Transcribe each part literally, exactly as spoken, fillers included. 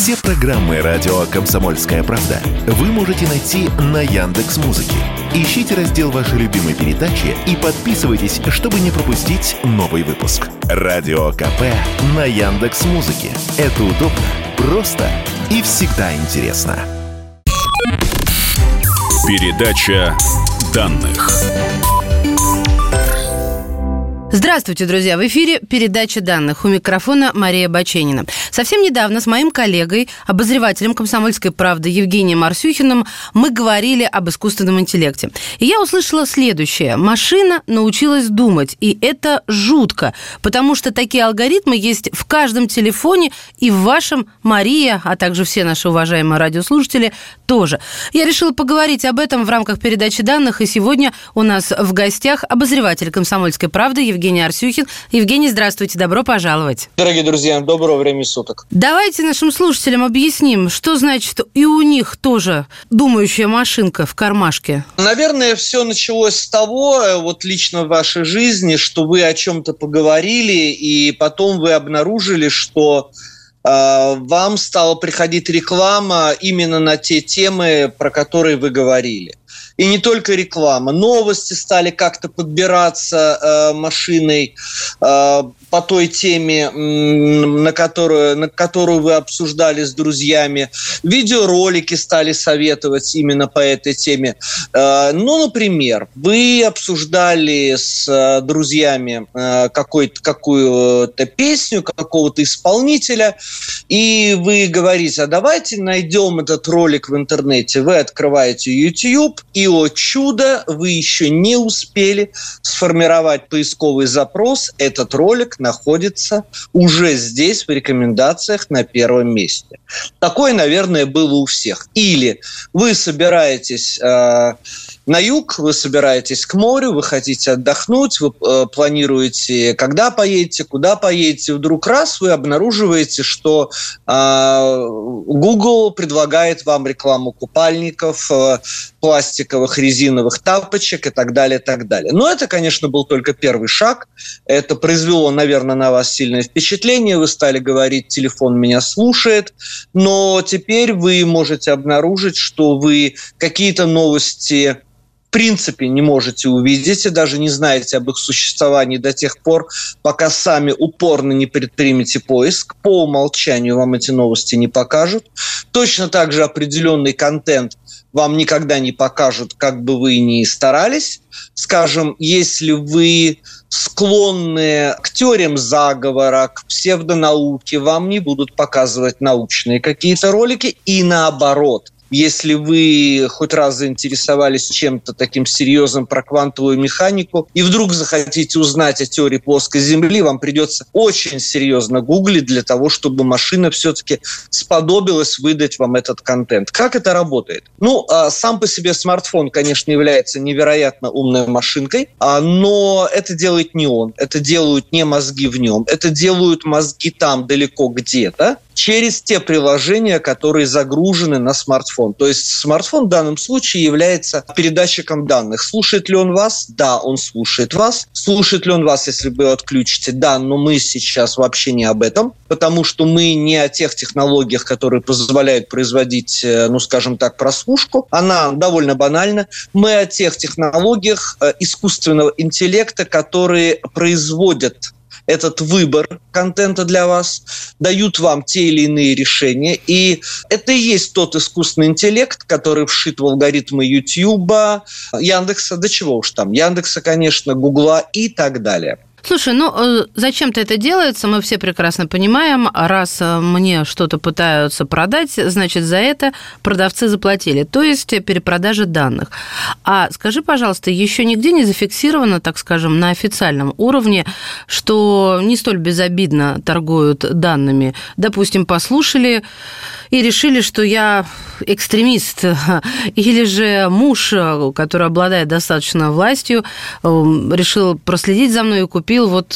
Все программы радио «Комсомольская правда» вы можете найти на Яндекс.Музыке. Ищите раздел вашей любимой передачи и подписывайтесь, чтобы не пропустить новый выпуск. Радио КП на Яндекс.Музыке. Это удобно, просто и всегда интересно. Передача данных. Здравствуйте, друзья! В эфире передача данных. У микрофона Мария Баченина. Совсем недавно с моим коллегой, обозревателем «Комсомольской правды» Евгением Арсюхиным мы говорили об искусственном интеллекте. И я услышала следующее. Машина научилась думать, и это жутко, потому что такие алгоритмы есть в каждом телефоне, и в вашем, Мария, а также все наши уважаемые радиослушатели, тоже. Я решила поговорить об этом в рамках передачи данных, и сегодня у нас в гостях обозреватель «Комсомольской правды» Евгений Евгений Арсюхин. Евгений, здравствуйте, добро пожаловать. Дорогие друзья, доброго времени суток. Давайте нашим слушателям объясним, что значит и у них тоже думающая машинка в кармашке. Наверное, все началось с того, вот лично в вашей жизни, что вы о чем-то поговорили, и потом вы обнаружили, что э, вам стала приходить реклама именно на те темы, про которые вы говорили. И не только реклама. Новости стали как-то подбираться э, машиной э, по той теме, на которую, на которую вы обсуждали с друзьями. Видеоролики стали советовать именно по этой теме. Э, ну, например, вы обсуждали с э, друзьями э, какой-то, какую-то песню, какого-то исполнителя, и вы говорите, а давайте найдем этот ролик в интернете. Вы открываете YouTube, и, о чудо, вы еще не успели сформировать поисковый запрос. Этот ролик находится уже здесь в рекомендациях на первом месте. Такое, наверное, было у всех. Или вы собираетесь э, на юг, вы собираетесь к морю, вы хотите отдохнуть, вы э, планируете, когда поедете, куда поедете. Вдруг раз вы обнаруживаете, что э, Google предлагает вам рекламу купальников, э, пластиковых, резиновых тапочек и так далее, и так далее. Но это, конечно, был только первый шаг. Это произвело, наверное, на вас сильное впечатление. Вы стали говорить, телефон меня слушает. Но теперь вы можете обнаружить, что вы какие-то новости в принципе не можете увидеть и даже не знаете об их существовании до тех пор, пока сами упорно не предпримете поиск. По умолчанию вам эти новости не покажут. Точно так же определенный контент вам никогда не покажут, как бы вы ни старались. Скажем, если вы склонны к теориям заговора, к псевдонауке, вам не будут показывать научные какие-то ролики, и наоборот. Если вы хоть раз заинтересовались чем-то таким серьезным про квантовую механику и вдруг захотите узнать о теории плоской Земли, вам придется очень серьезно гуглить для того, чтобы машина все-таки сподобилась выдать вам этот контент. Как это работает? Ну, сам по себе смартфон, конечно, является невероятно умной машинкой, но это делает не он, это делают не мозги в нем, это делают мозги там далеко где-то, через те приложения, которые загружены на смартфон. То есть смартфон в данном случае является передатчиком данных. Слушает ли он вас? Да, он слушает вас. Слушает ли он вас, если вы отключите? Да, но мы сейчас вообще не об этом, потому что мы не о тех технологиях, которые позволяют производить, ну, скажем так, прослушку. Она довольно банальна. Мы о тех технологиях искусственного интеллекта, которые производят этот выбор контента для вас, дают вам те или иные решения. И это и есть тот искусственный интеллект, который вшит в алгоритмы Ютьюба, Яндекса, да чего уж там, Яндекса, конечно, Гугла и так далее. Слушай, ну зачем-то это делается, мы все прекрасно понимаем. Раз мне что-то пытаются продать, значит, за это продавцы заплатили. То есть перепродажа данных. А скажи, пожалуйста, еще нигде не зафиксировано, так скажем, на официальном уровне, что не столь безобидно торгуют данными? Допустим, послушали и решили, что я экстремист, или же муж, который обладает достаточно властью, решил проследить за мной и купил вот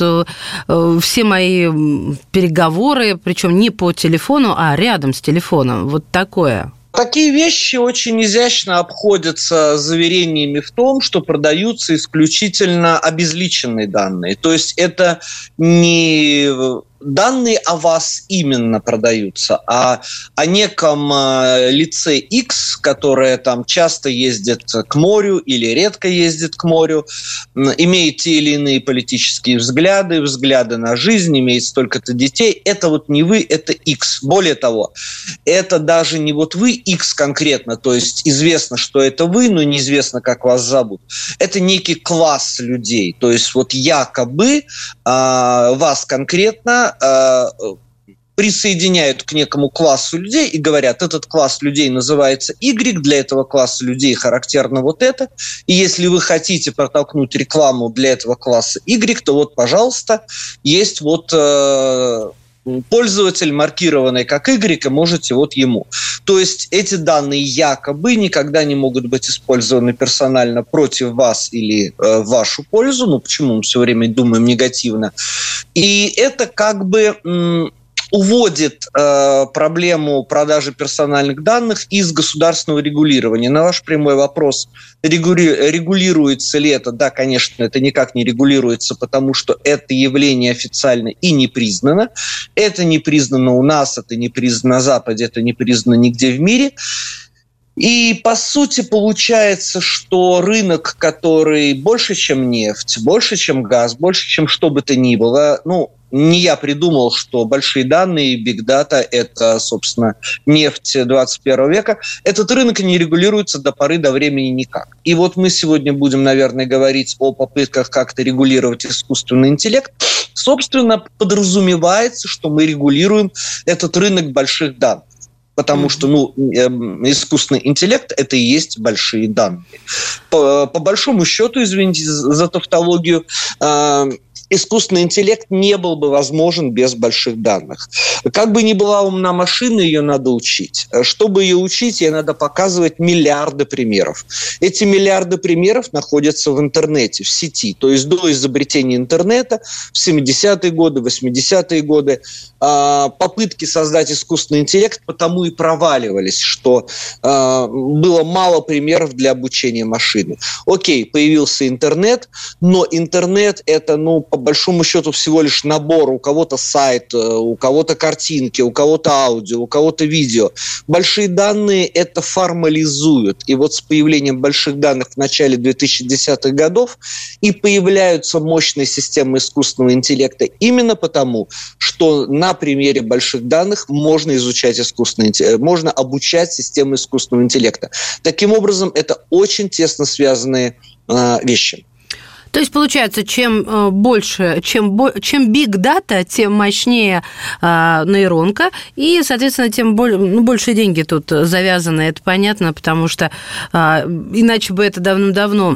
все мои переговоры, причем не по телефону, а рядом с телефоном. Вот такое. Такие вещи очень изящно обходятся заверениями в том, что продаются исключительно обезличенные данные. То есть это не данные о вас именно продаются, а о неком э, лице X, которое там часто ездит к морю или редко ездит к морю, э, имеет те или иные политические взгляды, взгляды на жизнь, имеет столько-то детей. Это вот не вы, это X. Более того, это даже не вот вы X конкретно, то есть известно, что это вы, но неизвестно, как вас зовут. Это некий класс людей, то есть вот якобы э, вас конкретно присоединяют к некому классу людей и говорят, этот класс людей называется Y, для этого класса людей характерно вот это, и если вы хотите протолкнуть рекламу для этого класса Y, то вот, пожалуйста, есть вот э, пользователь, маркированный как Y, и можете вот ему. То есть эти данные якобы никогда не могут быть использованы персонально против вас или э, в вашу пользу, ну почему мы все время думаем негативно, и это как бы м- уводит э, проблему продажи персональных данных из государственного регулирования. На ваш прямой вопрос, регули- регулируется ли это? Да, конечно, это никак не регулируется, потому что это явление официально и не признано. Это не признано у нас, это не признано на Западе, это не признано нигде в мире. И, по сути, получается, что рынок, который больше, чем нефть, больше, чем газ, больше, чем что бы то ни было, ну, не я придумал, что большие данные, биг-дата – это, собственно, нефть двадцать первого века. Этот рынок не регулируется до поры до времени никак. И вот мы сегодня будем, наверное, говорить о попытках как-то регулировать искусственный интеллект. Собственно, подразумевается, что мы регулируем этот рынок больших данных. Потому что ну, искусственный интеллект – это и есть большие данные. По, по большому счету, извините за тавтологию, э, искусственный интеллект не был бы возможен без больших данных. Как бы ни была умна машина, ее надо учить. Чтобы ее учить, ей надо показывать миллиарды примеров. Эти миллиарды примеров находятся в интернете, в сети. То есть до изобретения интернета в семидесятые годы, восьмидесятые годы попытки создать искусственный интеллект потому и проваливались, что было мало примеров для обучения машины. Окей, появился интернет, но интернет – это, ну, по большому счету всего лишь набор. У кого-то сайт, у кого-то картинки, у кого-то аудио, у кого-то видео. Большие данные это формализуют. И вот с появлением больших данных в начале двухтысячных годов и появляются мощные системы искусственного интеллекта именно потому, что на примере больших данных можно изучать искусственный интеллект, можно обучать системы искусственного интеллекта. Таким образом, это очень тесно связанные э, вещи. То есть, получается, чем больше, чем, чем big data, тем мощнее э, нейронка, и, соответственно, тем более, ну, больше деньги тут завязаны, это понятно, потому что э, иначе бы это давным-давно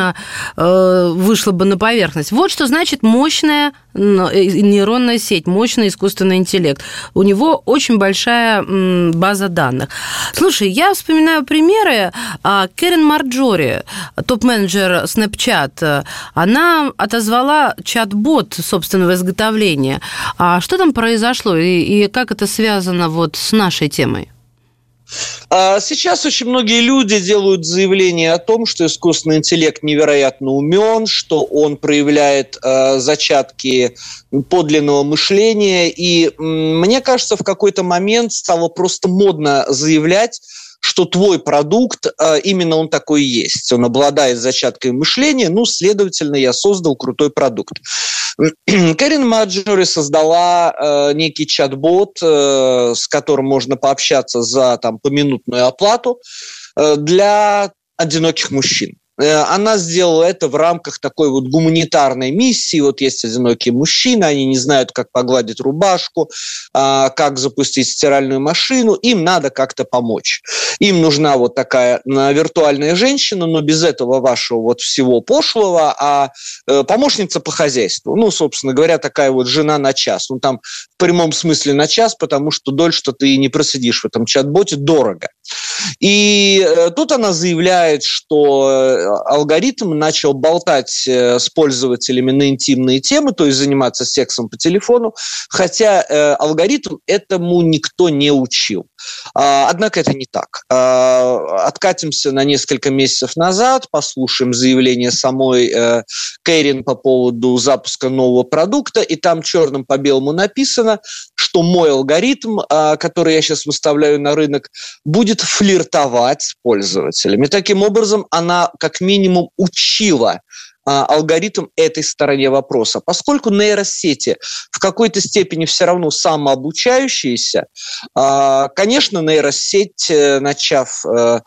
э, вышло бы на поверхность. Вот что значит мощная нейронная сеть, мощный искусственный интеллект. У него очень большая база данных. Слушай, я вспоминаю примеры. Кэрин Марджори, топ-менеджер Snapchat, она отозвала чат-бот собственного изготовления. А что там произошло и, и как это связано вот с нашей темой? Сейчас очень многие люди делают заявление о том, что искусственный интеллект невероятно умен, что он проявляет э, зачатки подлинного мышления. И э, мне кажется, в какой-то момент стало просто модно заявлять, что твой продукт, именно он такой и есть. Он обладает зачатками мышления, ну, следовательно, я создал крутой продукт. Кэрин Марджори создала э, некий чат-бот, э, с которым можно пообщаться за там, поминутную оплату э, для одиноких мужчин. Она сделала это в рамках такой вот гуманитарной миссии. Вот есть одинокие мужчины, они не знают, как погладить рубашку, как запустить стиральную машину. Им надо как-то помочь. Им нужна вот такая виртуальная женщина, но без этого вашего вот всего пошлого, а помощница по хозяйству. Ну, собственно говоря, такая вот жена на час. Ну, там в прямом смысле на час, потому что дольше ты и не просидишь в этом чат-боте, дорого. И тут она заявляет, что алгоритм начал болтать с пользователями на интимные темы, то есть заниматься сексом по телефону, хотя э, алгоритм этому никто не учил. Однако это не так. Откатимся на несколько месяцев назад, послушаем заявление самой Кэрин по поводу запуска нового продукта, и там черным по белому написано, что мой алгоритм, который я сейчас выставляю на рынок, будет флиртовать с пользователями. Таким образом, она как минимум учила алгоритм этой стороне вопроса. Поскольку нейросети в какой-то степени все равно самообучающиеся, конечно, нейросеть, начав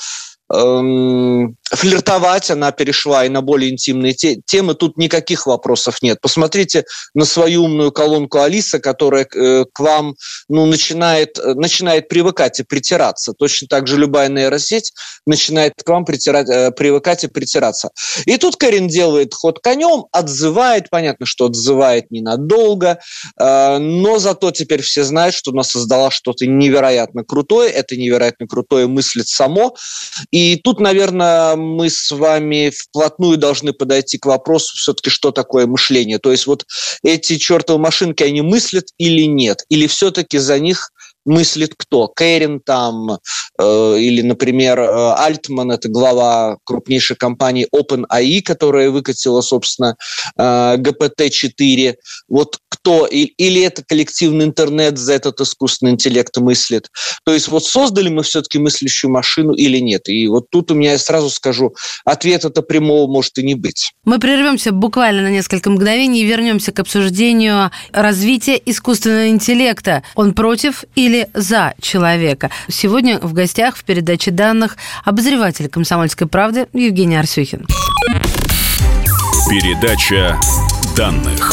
флиртовать, она перешла и на более интимные те- темы. Тут никаких вопросов нет. Посмотрите на свою умную колонку Алиса, которая э, к вам ну, начинает, начинает привыкать и притираться. Точно так же любая нейросеть начинает к вам притирать, э, привыкать и притираться. И тут Кэрин делает ход конем, отзывает. Понятно, что отзывает ненадолго, э, но зато теперь все знают, что она создала что-то невероятно крутое. Это невероятно крутое мыслит само. И тут, наверное, мы с вами вплотную должны подойти к вопросу все-таки, что такое мышление. То есть вот эти чертовы машинки, они мыслят или нет? Или все-таки за них мыслит кто? Кэрин там, э, или, например, э, Альтман, это глава крупнейшей компании OpenAI, которая выкатила, собственно, э, джи пи ти четыре. Вот кто? И, или это коллективный интернет за этот искусственный интеллект мыслит? То есть вот создали мы все-таки мыслящую машину или нет? И вот тут у меня, я сразу скажу, ответа-то прямого может и не быть. Мы прервемся буквально на несколько мгновений и вернемся к обсуждению развития искусственного интеллекта. Он против или за человека? Сегодня в гостях в передаче данных обозреватель «Комсомольской правды» Евгений Арсюхин. Передача данных.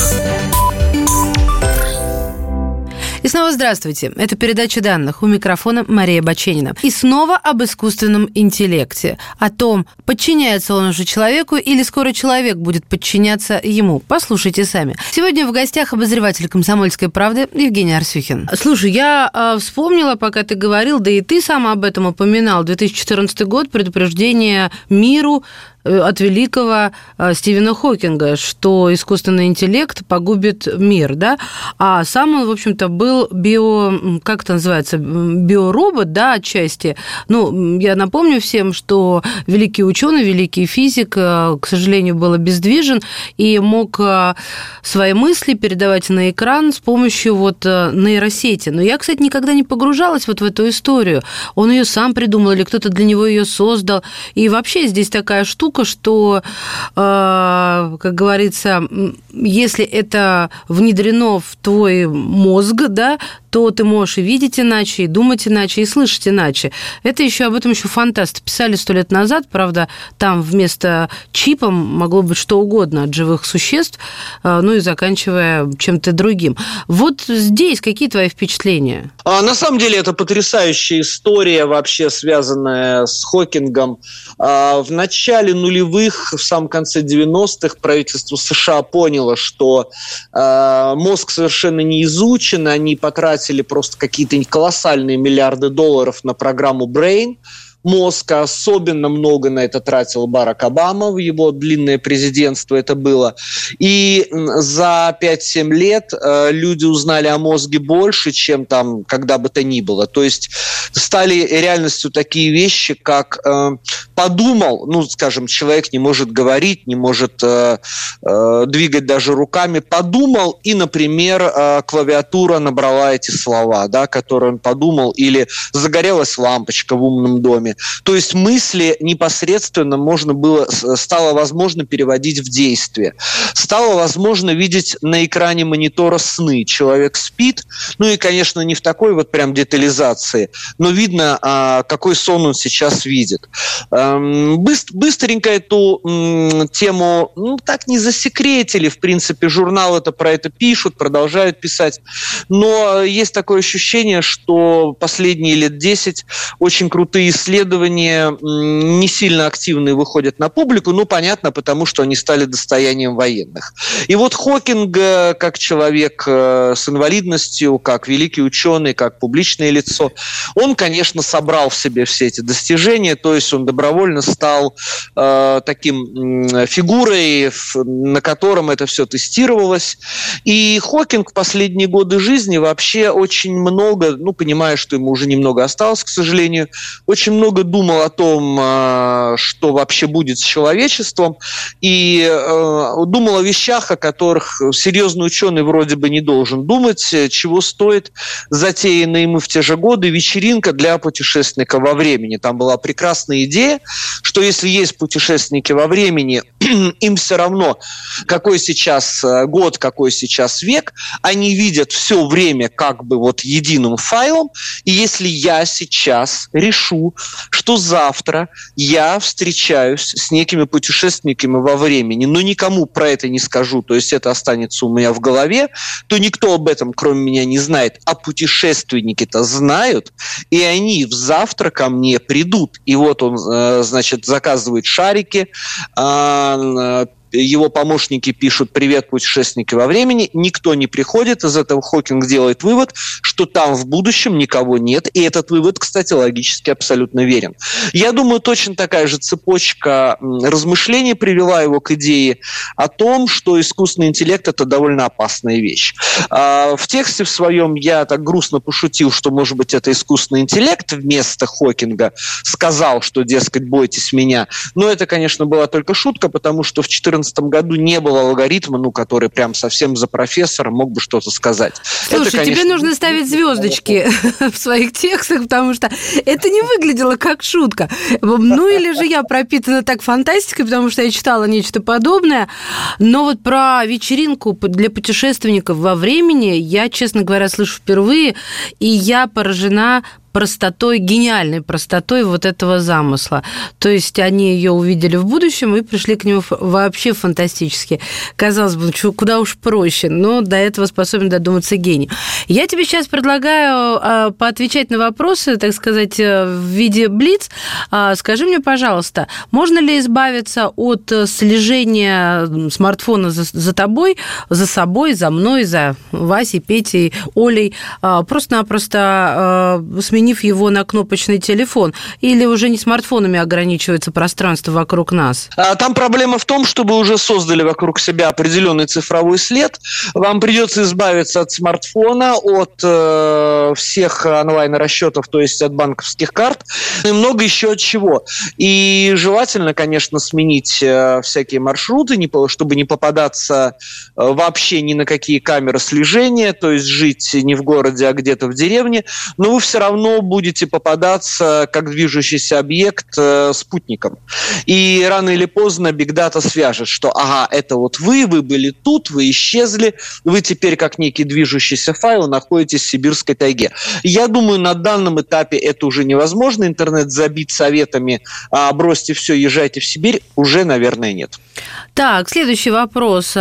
И снова здравствуйте. Это передача данных. У микрофона Мария Баченина. И снова об искусственном интеллекте. О том, подчиняется он уже человеку или скоро человек будет подчиняться ему. Послушайте сами. Сегодня в гостях обозреватель «Комсомольской правды» Евгений Арсюхин. Слушай, я э, вспомнила, пока ты говорил, да и ты сам об этом упоминал, две тысячи четырнадцатый год, предупреждение миру от великого Стивена Хокинга, что искусственный интеллект погубит мир, да, а сам он, в общем-то, был био, как это называется, биоробот, да, отчасти. Ну, я напомню всем, что великий ученый, великий физик, к сожалению, был обездвижен и мог свои мысли передавать на экран с помощью вот нейросети. Но я, кстати, никогда не погружалась вот в эту историю. Он ее сам придумал или кто-то для него ее создал. И вообще здесь такая штука, что, э, как говорится, если это внедрено в твой мозг, да, то ты можешь и видеть иначе, и думать иначе, и слышать иначе. Это еще об этом еще фантасты писали сто лет назад, правда, там вместо чипа могло быть что угодно от живых существ, э, ну и заканчивая чем-то другим. Вот здесь какие твои впечатления? А, на самом деле это потрясающая история, вообще связанная с Хокингом. А, в начале нулевых, в самом конце девяностых правительство США поняло, что э, мозг совершенно не изучен, они потратили просто какие-то колоссальные миллиарды долларов на программу Brain. Мозг, особенно много на это тратил Барак Обама, в его длинное президентство это было. И за пять-семь лет э, люди узнали о мозге больше, чем там когда бы то ни было. То есть стали реальностью такие вещи, как э, подумал, ну, скажем, человек не может говорить, не может э, э, двигать даже руками, подумал, и, например, э, клавиатура набрала эти слова, да, которые он подумал, или загорелась лампочка в умном доме. То есть мысли непосредственно можно было, стало возможно переводить в действие. Стало возможно видеть на экране монитора сны. Человек спит, ну и, конечно, не в такой вот прям детализации, но видно, какой сон он сейчас видит. Быстренько эту тему, ну, так не засекретили, в принципе, журналы это про это пишут, продолжают писать, но есть такое ощущение, что последние лет десять очень крутые исследования не сильно активные выходят на публику, ну, понятно, потому что они стали достоянием военных. И вот Хокинг, как человек с инвалидностью, как великий ученый, как публичное лицо, он, конечно, собрал в себе все эти достижения, то есть он добровольно добровольно стал э, таким э, фигурой, на котором это все тестировалось. И Хокинг в последние годы жизни вообще очень много, ну, понимая, что ему уже немного осталось, к сожалению, очень много думал о том, э, что вообще будет с человечеством, и э, думал о вещах, о которых серьезный ученый вроде бы не должен думать, чего стоит затеянная ему в те же годы вечеринка для путешественника во времени. Там была прекрасная идея, что если есть путешественники во времени, им все равно, какой сейчас год, какой сейчас век, они видят все время как бы вот единым файлом, и если я сейчас решу, что завтра я встречаюсь с некими путешественниками во времени, но никому про это не скажу, то есть это останется у меня в голове, то никто об этом, кроме меня, не знает, а путешественники-то знают, и они завтра ко мне придут. И вот он, значит, заказывает шарики, его помощники пишут «Привет, путешественники во времени», никто не приходит, из этого Хокинг делает вывод, что там в будущем никого нет, и этот вывод, кстати, логически абсолютно верен. Я думаю, точно такая же цепочка размышлений привела его к идее о том, что искусственный интеллект – это довольно опасная вещь. В тексте в своем я так грустно пошутил, что, может быть, это искусственный интеллект вместо Хокинга сказал, что, дескать, бойтесь меня, но это, конечно, была только шутка, потому что в две тысячи четырнадцатом году не было алгоритма, ну, который прям совсем за профессора мог бы что-то сказать. Слушай, это, конечно, тебе нужно ставить звездочки в своих текстах, потому что это не выглядело как шутка. Ну, или же я пропитана так фантастикой, потому что я читала нечто подобное. Но вот про вечеринку для путешественников во времени я, честно говоря, слышу впервые, и я поражена простотой, гениальной простотой вот этого замысла. То есть они ее увидели в будущем и пришли к нему вообще фантастически. Казалось бы, куда уж проще, но до этого способен додуматься гений. Я тебе сейчас предлагаю поотвечать на вопросы, так сказать, в виде блиц. Скажи мне, пожалуйста, можно ли избавиться от слежения смартфона за, за тобой, за собой, за мной, за Васей, Петей, Олей, просто-напросто сменить его на кнопочный телефон, или уже не смартфонами ограничивается пространство вокруг нас? Там проблема в том, чтобы уже создали вокруг себя определенный цифровой след. Вам придется избавиться от смартфона, от э, всех онлайн-расчетов, то есть от банковских карт, и много еще от чего. И желательно, конечно, сменить э, всякие маршруты, не, чтобы не попадаться э, вообще ни на какие камеры слежения, то есть жить не в городе, а где-то в деревне, но вы все равно будете попадаться как движущийся объект э, спутником. И рано или поздно Big Data свяжет, что ага, это вот вы, вы были тут, вы исчезли, вы теперь как некий движущийся файл находитесь в сибирской тайге. Я думаю, на данном этапе это уже невозможно. Интернет забит советами, а, бросьте все, езжайте в Сибирь, уже, наверное, нет. Так, следующий вопрос.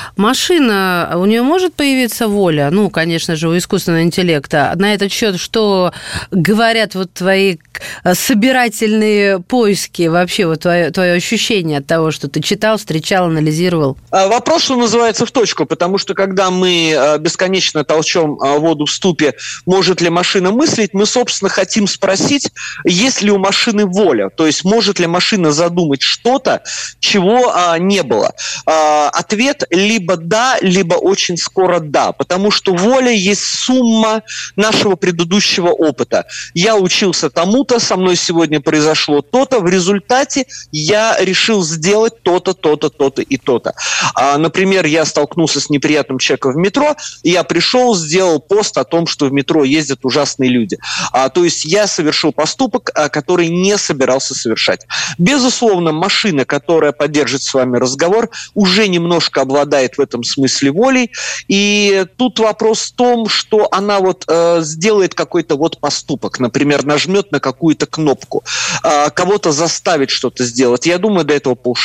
Машина, у нее может появиться воля? Ну, конечно же, у искусственного интеллекта. На этот счет что говорят вот твои собирательные поиски, вообще вот твое, твое ощущение от того, что ты читал, встречал, анализировал? Вопрос, что называется, в точку, потому что когда мы бесконечно толчем воду в ступе, может ли машина мыслить, мы, собственно, хотим спросить, есть ли у машины воля, то есть может ли машина задумать что-то, чего не было. Ответ либо да, либо очень скоро да, потому что воля есть сумма нашего предыдущего опыта. Я учился тому-то, со мной сегодня произошло то-то, в результате я решил сделать то-то, то-то, то-то и то-то. А, например, я столкнулся с неприятным человеком в метро, и я пришел, сделал пост о том, что в метро ездят ужасные люди. А, то есть я совершил поступок, а, который не собирался совершать. Безусловно, машина, которая поддержит с вами разговор, уже немножко обладает в этом смысле волей, и тут вопрос в том, что она вот э, сделает какой-то вот поступок, например, нажмет на какую-то кнопку, э, кого-то заставит что-то сделать. Я думаю, до этого полшага.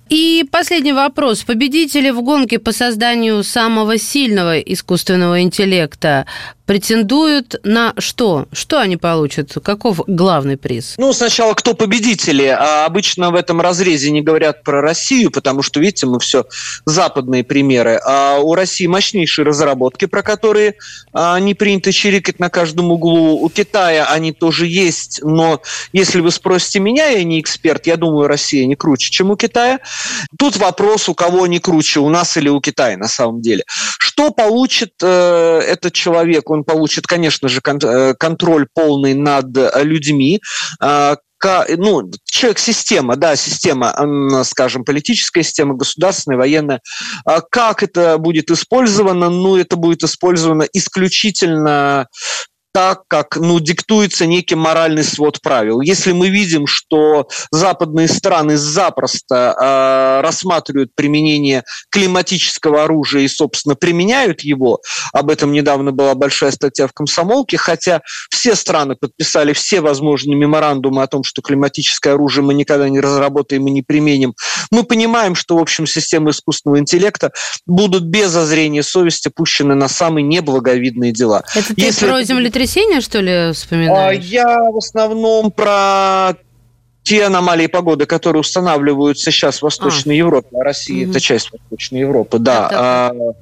И последний вопрос. Победители в гонке по созданию самого сильного искусственного интеллекта претендуют на что? Что они получат? Каков главный приз? Ну, сначала, кто победители? А обычно в этом разрезе не говорят про Россию, потому что, видите, мы все западные примеры. А у России мощнейшие разработки, про которые а, не принято чирикать на каждом углу. У Китая они тоже есть, но если вы спросите меня, я не эксперт, я думаю, Россия не круче, чем у Китая. Тут вопрос, у кого не круче, у нас или у Китая на самом деле. Что получит э, этот человек? Он получит, конечно же, кон- контроль полный над людьми, э, ну, человек-система, да, система, скажем, политическая система, государственная, военная. Как это будет использовано? Ну, это будет использовано исключительно так, как, ну, диктуется некий моральный свод правил. Если мы видим, что западные страны запросто э, рассматривают применение климатического оружия и, собственно, применяют его, об этом недавно была большая статья в «Комсомолке», хотя все страны подписали все возможные меморандумы о том, что климатическое оружие мы никогда не разработаем и не применим, мы понимаем, что, в общем, системы искусственного интеллекта будут без зазрения совести пущены на самые неблаговидные дела. Это ты Если про землетрясение, что ли, вспоминаешь? Я в основном про те аномалии погоды, которые устанавливаются сейчас в Восточной а. Европе. А Россия угу. – это часть Восточной Европы, да. Это,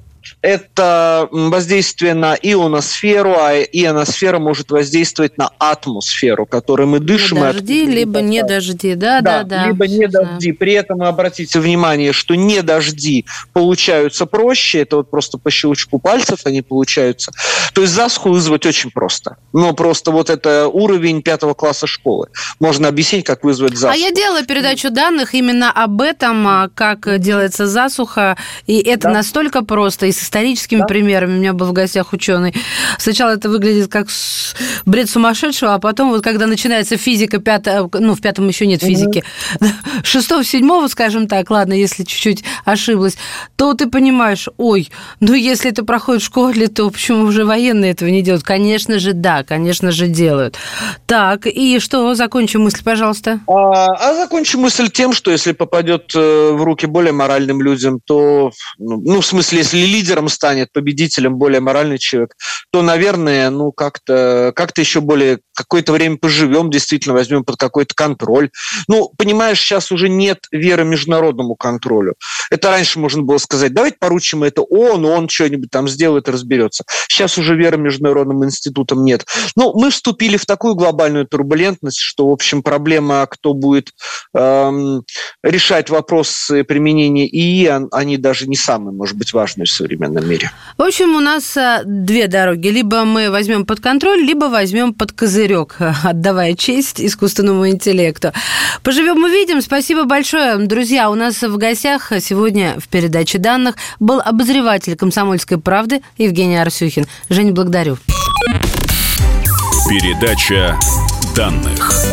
это воздействие на ионосферу, а ионосфера может воздействовать на атмосферу, которой мы дышим. Не дожди, либо не дожди, да, да, да. Либо не дожди. При этом обратите внимание, что не дожди получаются проще, это вот просто по щелчку пальцев они получаются. То есть засуху вызвать очень просто. Но просто вот это уровень пятого класса школы. Можно объяснить, как вызвать засуху. А я делала передачу данных именно об этом, как делается засуха, и это да. настолько просто, и с историческими да. примерами. У меня был в гостях ученый. Сначала это выглядит как бред сумасшедшего, а потом, вот когда начинается физика, пятая, ну, в пятом еще нет физики, угу. шестого, седьмого, скажем так, ладно, если чуть-чуть ошиблась, то ты понимаешь, ой, ну, если это проходит в школе, то почему уже военные этого не делают? Конечно же, да, конечно же, делают. Так, и что? Закончи мысль, пожалуйста. А, а закончу мысль тем, что если попадет в руки более моральным людям, то, ну, в смысле, если лидером станет, победителем более моральный человек, то, наверное, ну, как-то, как-то еще более какое-то время поживем, действительно возьмем под какой-то контроль. Ну, понимаешь, сейчас уже нет веры международному контролю. Это раньше можно было сказать, давайте поручим это ООН, ООН что-нибудь там сделает и разберется. Сейчас уже веры международным институтам нет. Ну, мы вступили в такую глобальную турбулентность, что, в общем, проблема, кто будет эм, решать вопросы применения ИИ, они даже не самые, может быть, важные в современном мире. В общем, у нас две дороги. Либо мы возьмем под контроль, либо возьмем под козырек, отдавая честь искусственному интеллекту. Поживем, увидим. Спасибо большое. Друзья, у нас в гостях сегодня в передаче данных был обозреватель «Комсомольской правды» Евгений Арсюхин. Женя, благодарю. Передача данных.